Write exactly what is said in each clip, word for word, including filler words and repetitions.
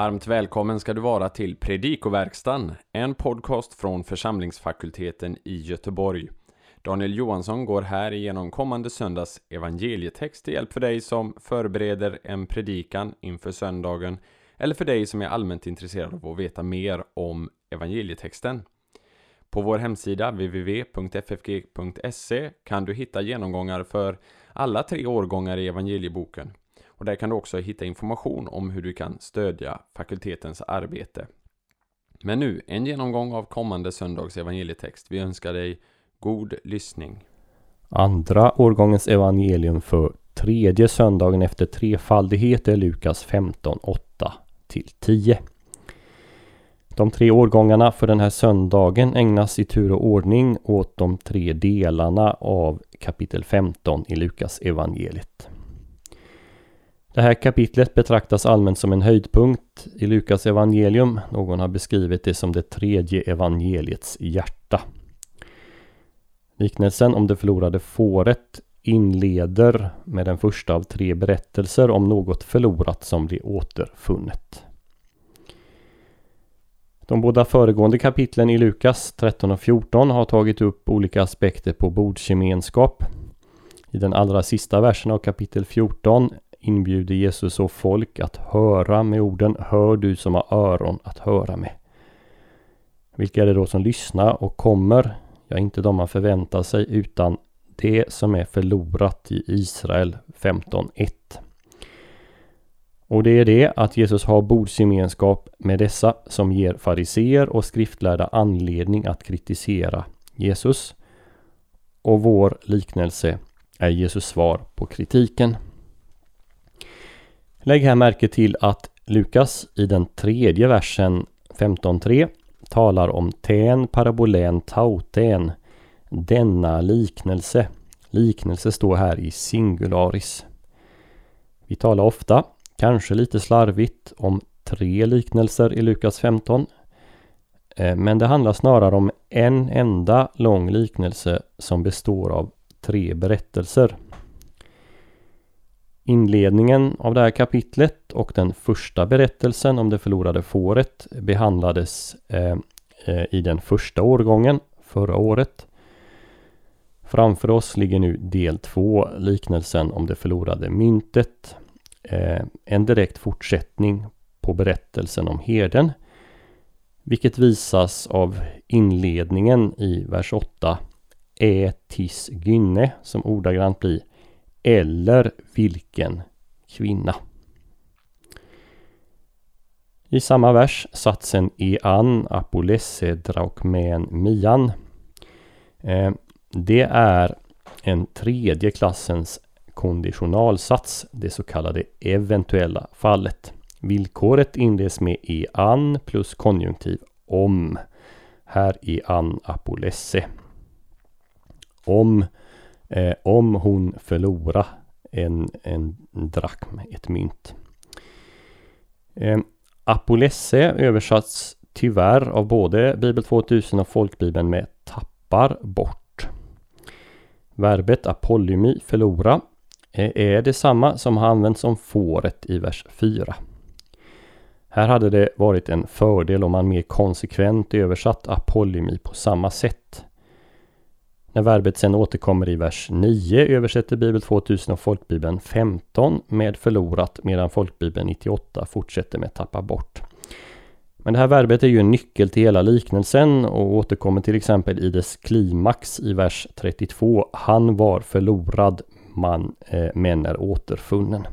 Varmt välkommen ska du vara till Predikoverkstan, en podcast från församlingsfakulteten i Göteborg. Daniel Johansson går här igenom kommande söndags evangelietext till hjälp för dig som förbereder en predikan inför söndagen eller för dig som är allmänt intresserad av att veta mer om evangelietexten. På vår hemsida w w w punkt f f g punkt s e kan du hitta genomgångar för alla tre årgångar i evangelieboken. Och där kan du också hitta information om hur du kan stödja fakultetens arbete. Men nu, en genomgång av kommande söndags evangelietext. Vi önskar dig god lyssning. Andra årgångens evangelium för tredje söndagen efter trefaldighet är Lukas femton, åtta till tio. De tre årgångarna för den här söndagen ägnas i tur och ordning åt de tre delarna av kapitel femton i Lukas evangeliet. Det här kapitlet betraktas allmänt som en höjdpunkt i Lukas evangelium. Någon har beskrivit det som det tredje evangeliets hjärta. Liknelsen om det förlorade fåret inleder med den första av tre berättelser om något förlorat som blir återfunnet. De båda föregående kapitlen i Lukas tretton och fjorton har tagit upp olika aspekter på bordsgemenskap. I den allra sista versen av kapitel fjorton inbjuder Jesus och folk att höra med orden: hör du som har öron att höra med. Vilka är det då som lyssnar och kommer? Ja, inte de man förväntar sig, utan det som är förlorat i Israel femton ett. Och det är det att Jesus har bordsgemenskap med dessa som ger fariseer och skriftlärda anledning att kritisera Jesus. Och vår liknelse är Jesus svar på kritiken. Lägg här märke till att Lukas i den tredje versen femton tre talar om ten parabolän tauten, denna liknelse. Liknelse står här i singularis. Vi talar ofta, kanske lite slarvigt, om tre liknelser i Lukas femton. Men det handlar snarare om en enda lång liknelse som består av tre berättelser. Inledningen av det här kapitlet och den första berättelsen om det förlorade fåret behandlades eh, i den första årgången förra året. Framför oss ligger nu del två, liknelsen om det förlorade myntet. Eh, en direkt fortsättning på berättelsen om herden, vilket visas av inledningen i vers åtta, ä tis gynne, som ordagrant blir eller vilken kvinna. I samma vers satsen ean apolesse draukmen mian. Eh, det är en tredje klassens konditionalsats, det så kallade eventuella fallet. Villkoret inleds med ean plus konjunktiv om. Här ean apolesse. Om Eh, om hon förlorar en, en drakm, ett mynt. Eh, apolesse översatts tyvärr av både Bibel tvåtusen och Folkbibeln med tappar bort. Verbet apollymi, förlora, eh, är detsamma som har använts som fåret i vers fyra. Här hade det varit en fördel om man mer konsekvent översatt apollymi på samma sätt. När verbet sen återkommer i vers nio översätter Bibel tvåtusen och Folkbibeln femton med förlorat, medan Folkbibeln nittioåtta fortsätter med tappa bort. Men det här verbet är ju en nyckel till hela liknelsen och återkommer till exempel i dess klimax i vers trettiotvå. Han var förlorad, man, eh, men är återfunnen.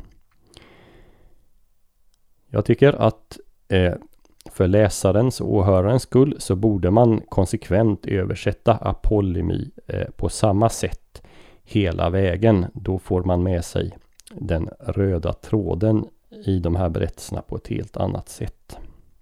Jag tycker att eh, för läsarens och åhörarens skull så borde man konsekvent översätta apollymi eh, på samma sätt hela vägen. Då får man med sig den röda tråden i de här berättelserna på ett helt annat sätt.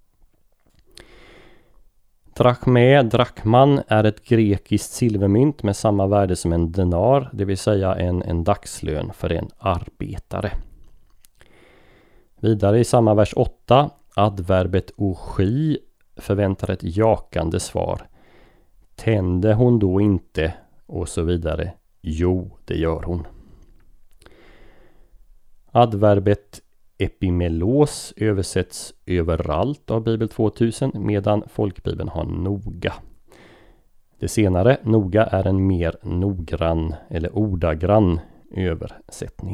Drachme, drakman, är ett grekiskt silvermynt med samma värde som en denar, det vill säga en, en dagslön för en arbetare. Vidare i samma vers åtta, adverbet oski förväntar ett jakande svar. Tände hon då inte? Och så vidare. Jo, det gör hon. Adverbet epimelos översätts överallt av Bibel tvåtusen medan folkbibeln har noga. Det senare, noga, är en mer noggrann eller ordagrann översättning.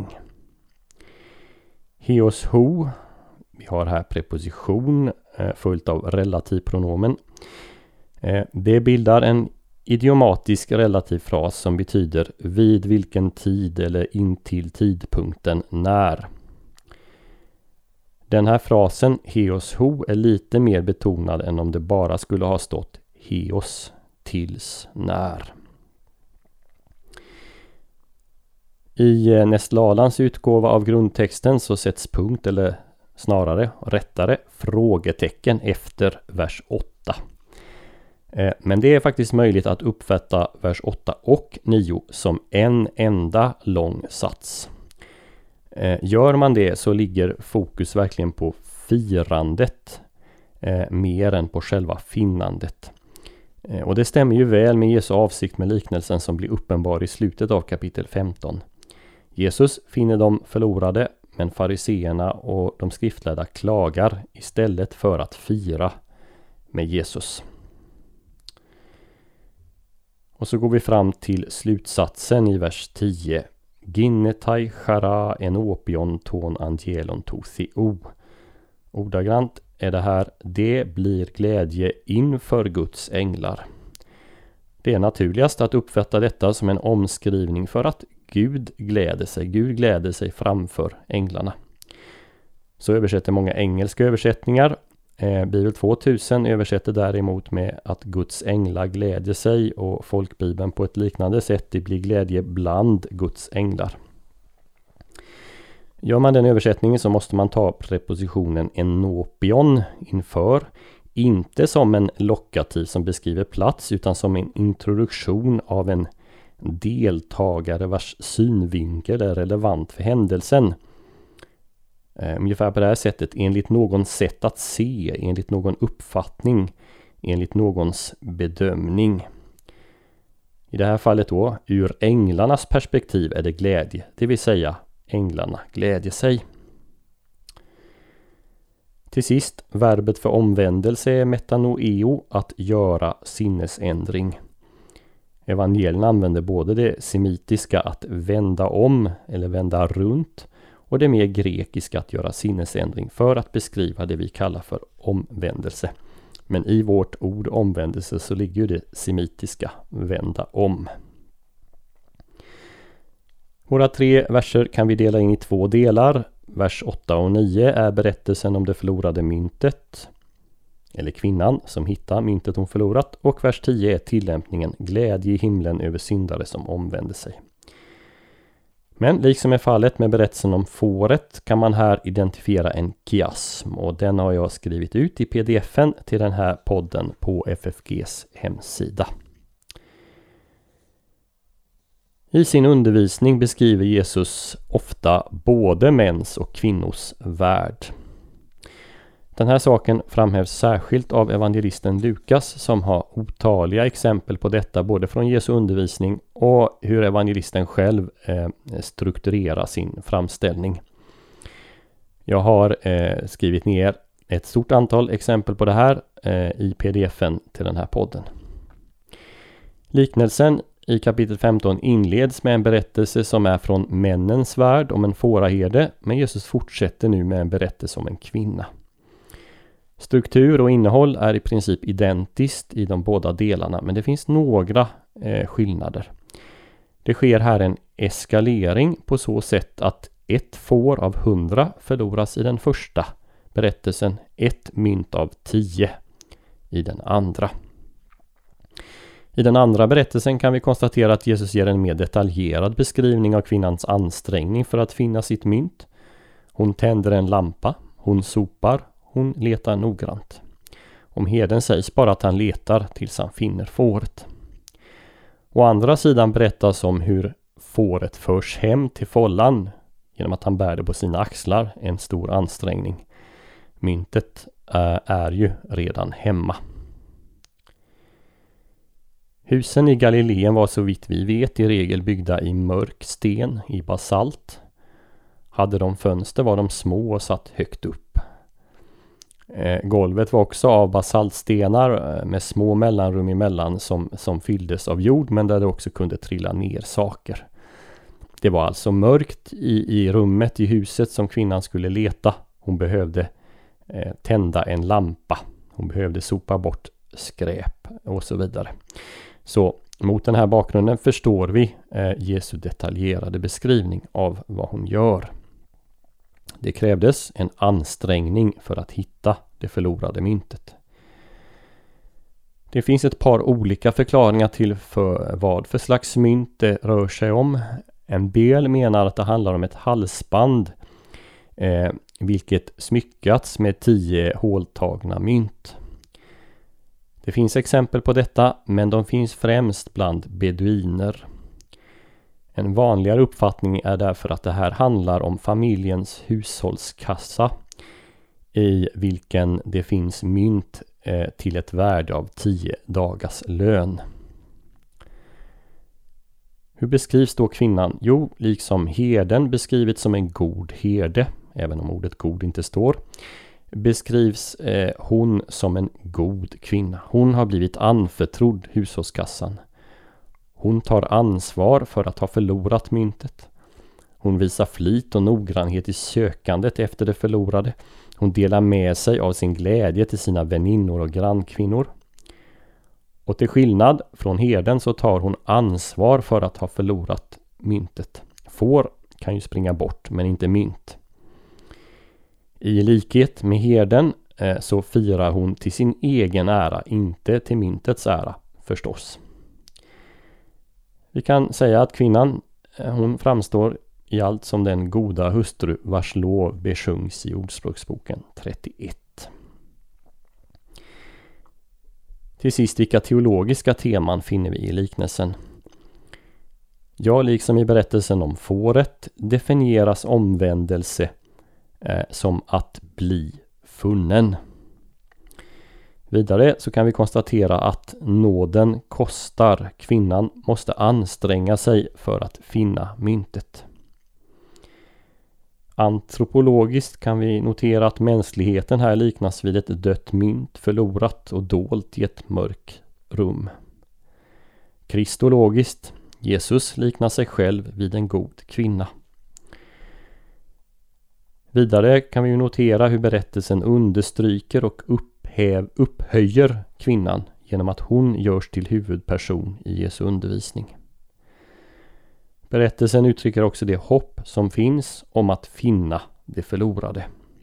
Heos ho, vi har här preposition eh, följt av relativpronomen. Eh, det bildar en idiomatisk relativ fras som betyder vid vilken tid eller intill tidpunkten när. Den här frasen heos ho är lite mer betonad än om det bara skulle ha stått heos, tills när. I Nästlalans utgåva av grundtexten så sätts punkt, eller snarare rättare frågetecken efter vers åtta. Men det är faktiskt möjligt att uppfatta vers åtta och nio som en enda lång sats. Gör man det så ligger fokus verkligen på firandet mer än på själva finnandet. Och det stämmer ju väl med Jesu avsikt med liknelsen som blir uppenbar i slutet av kapitel femton. Jesus finner dem förlorade, men fariseerna och de skriftlärda klagar istället för att fira med Jesus. Och så går vi fram till slutsatsen i vers tio. Ginnetai chara enopion ton angelon tothio. Ordagrant är det här: det blir glädje inför Guds änglar. Det är naturligast att uppfatta detta som en omskrivning för att Gud gläder sig. Gud gläder sig framför änglarna. Så översätter många engelska översättningar. Eh, Bibel tvåtusen översätter däremot med att Guds änglar glädjer sig, och folkbibeln på ett liknande sätt: det blir glädje bland Guds änglar. Gör man den översättningen så måste man ta prepositionen enopion inför, inte som en lokativ som beskriver plats utan som en introduktion av en deltagare vars synvinkel är relevant för händelsen. Ungefär på det här sättet: enligt någons sätt att se, enligt någon uppfattning, enligt någons bedömning. I det här fallet då, ur änglarnas perspektiv är det glädje, det vill säga änglarna glädjer sig. Till sist, verbet för omvändelse är metanoeo, att göra sinnesändring. Evangelierna använder både det semitiska att vända om eller vända runt och det mer grekiska att göra sinnesändring för att beskriva det vi kallar för omvändelse. Men i vårt ord omvändelse så ligger ju det semitiska vända om. Våra tre verser kan vi dela in i två delar. Vers åtta och nio är berättelsen om det förlorade myntet, eller kvinnan som hittar myntet hon förlorat, och vers tio är tillämpningen: glädje i himlen över syndare som omvänder sig. Men liksom är fallet med berättelsen om fåret kan man här identifiera en kiasm, och den har jag skrivit ut i pdfen till den här podden på F F G:s hemsida. I sin undervisning beskriver Jesus ofta både mäns och kvinnors värld. Den här saken framhävs särskilt av evangelisten Lukas, som har otaliga exempel på detta både från Jesu undervisning och hur evangelisten själv eh, strukturerar sin framställning. Jag har eh, skrivit ner ett stort antal exempel på det här eh, i pdfen till den här podden. Liknelsen i kapitel femton inleds med en berättelse som är från männens värld om en fåraherde, men Jesus fortsätter nu med en berättelse om en kvinna. Struktur och innehåll är i princip identiskt i de båda delarna, men det finns några eh, skillnader. Det sker här en eskalering på så sätt att ett får av hundra förloras i den första berättelsen, ett mynt av tio i den andra. I den andra berättelsen kan vi konstatera att Jesus ger en mer detaljerad beskrivning av kvinnans ansträngning för att finna sitt mynt. Hon tänder en lampa, hon sopar, hon letar noggrant. Om herden sägs bara att han letar tills han finner fåret. Å andra sidan berättas om hur fåret förs hem till follan genom att han bär det på sina axlar, en stor ansträngning. Myntet är ju redan hemma. Husen i Galileen var så vitt vi vet i regel byggda i mörk sten, i basalt. Hade de fönster var de små och satt högt upp. Eh, golvet var också av basaltstenar med små mellanrum emellan som, som fylldes av jord, men där det också kunde trilla ner saker. Det var alltså mörkt i, i rummet i huset som kvinnan skulle leta. Hon behövde eh, tända en lampa. Hon behövde sopa bort skräp och så vidare. Så mot den här bakgrunden förstår vi eh, Jesu detaljerade beskrivning av vad hon gör. Det krävdes en ansträngning för att hitta det förlorade myntet. Det finns ett par olika förklaringar till för vad för slags mynt det rör sig om. En del menar att det handlar om ett halsband, eh, vilket smyckats med tio håltagna mynt. Det finns exempel på detta, men de finns främst bland beduiner. En vanligare uppfattning är därför att det här handlar om familjens hushållskassa, i vilken det finns mynt eh, till ett värde av tio dagars lön. Hur beskrivs då kvinnan? Jo, liksom herden beskrivits som en god herde, även om ordet god inte står, beskrivs eh, hon som en god kvinna. Hon har blivit anförtrodd hushållskassan. Hon tar ansvar för att ha förlorat myntet. Hon visar flit och noggrannhet i sökandet efter det förlorade. Hon delar med sig av sin glädje till sina väninnor och grannkvinnor. Och till skillnad från herden så tar hon ansvar för att ha förlorat myntet. Får kan ju springa bort, men inte mynt. I likhet med herden eh, så firar hon till sin egen ära, inte till myntets ära förstås. Vi kan säga att kvinnan, eh, hon framstår i allt som den goda hustru vars lov besjungs i Ordspråksboken trettioett. Till sist, vilka teologiska teman finner vi i liknelsen? Ja, liksom i berättelsen om fåret definieras omvändelse eh, som att bli funnen. Vidare så kan vi konstatera att nåden kostar. Kvinnan måste anstränga sig för att finna myntet. Antropologiskt kan vi notera att mänskligheten här liknas vid ett dött mynt, förlorat och dolt i ett mörkt rum. Kristologiskt, Jesus liknar sig själv vid en god kvinna. Vidare kan vi notera hur berättelsen understryker och upphäv, upphöjer kvinnan genom att hon görs till huvudperson i Jesu undervisning. Berättelsen uttrycker också det hopp som finns om att finna det förlorade.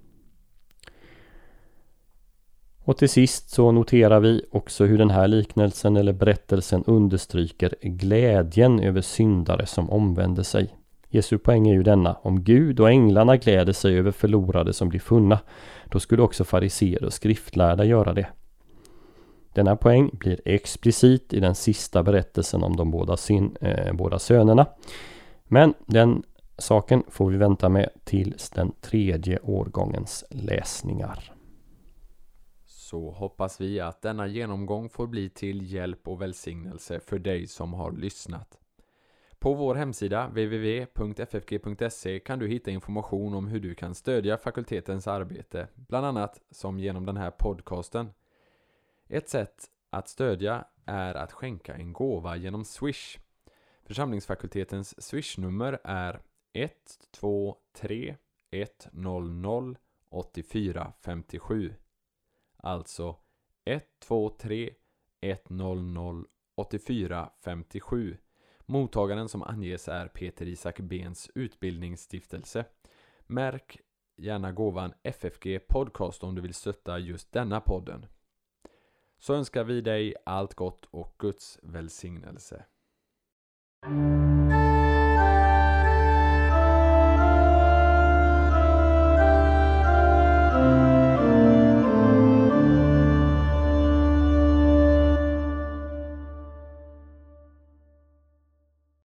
Och till sist så noterar vi också hur den här liknelsen eller berättelsen understryker glädjen över syndare som omvänder sig. Jesu poäng är ju denna: om Gud och änglarna gläder sig över förlorade som blir funna, då skulle också fariseer och skriftlärda göra det. Denna poäng blir explicit i den sista berättelsen om de båda, sin, eh, båda sönerna. Men den saken får vi vänta med tills den tredje årgångens läsningar. Så hoppas vi att denna genomgång får bli till hjälp och välsignelse för dig som har lyssnat. På vår hemsida w w w punkt f f g punkt s e kan du hitta information om hur du kan stödja fakultetens arbete, bland annat som genom den här podcasten. Ett sätt att stödja är att skänka en gåva genom Swish. Församlingsfakultetens Swish-nummer är ett två tre ett noll noll åtta fyra fem sju. Alltså ett två tre ett noll noll åtta fyra fem sju. Mottagaren som anges är Peter Isak Bens utbildningsstiftelse. Märk gärna gåvan F F G Podcast om du vill stötta just denna podden. Så önskar vi dig allt gott och Guds välsignelse.